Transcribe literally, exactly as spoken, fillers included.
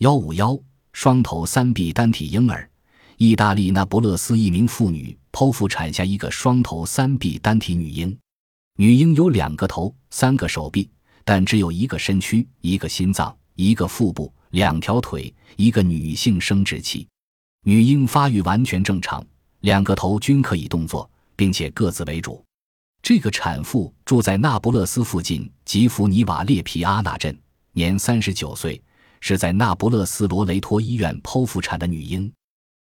一五一双头三臂单体婴儿，意大利那不勒斯一名妇女剖腹产下一个双头三臂单体女婴。女婴有两个头，三个手臂，但只有一个身躯，一个心脏，一个腹部，两条腿，一个女性生殖器。女婴发育完全正常，两个头均可以动作，并且各自为主。这个产妇住在那不勒斯附近吉弗尼瓦列皮阿纳镇，年三十九岁，是在那不勒斯罗雷托医院剖腹产的女婴。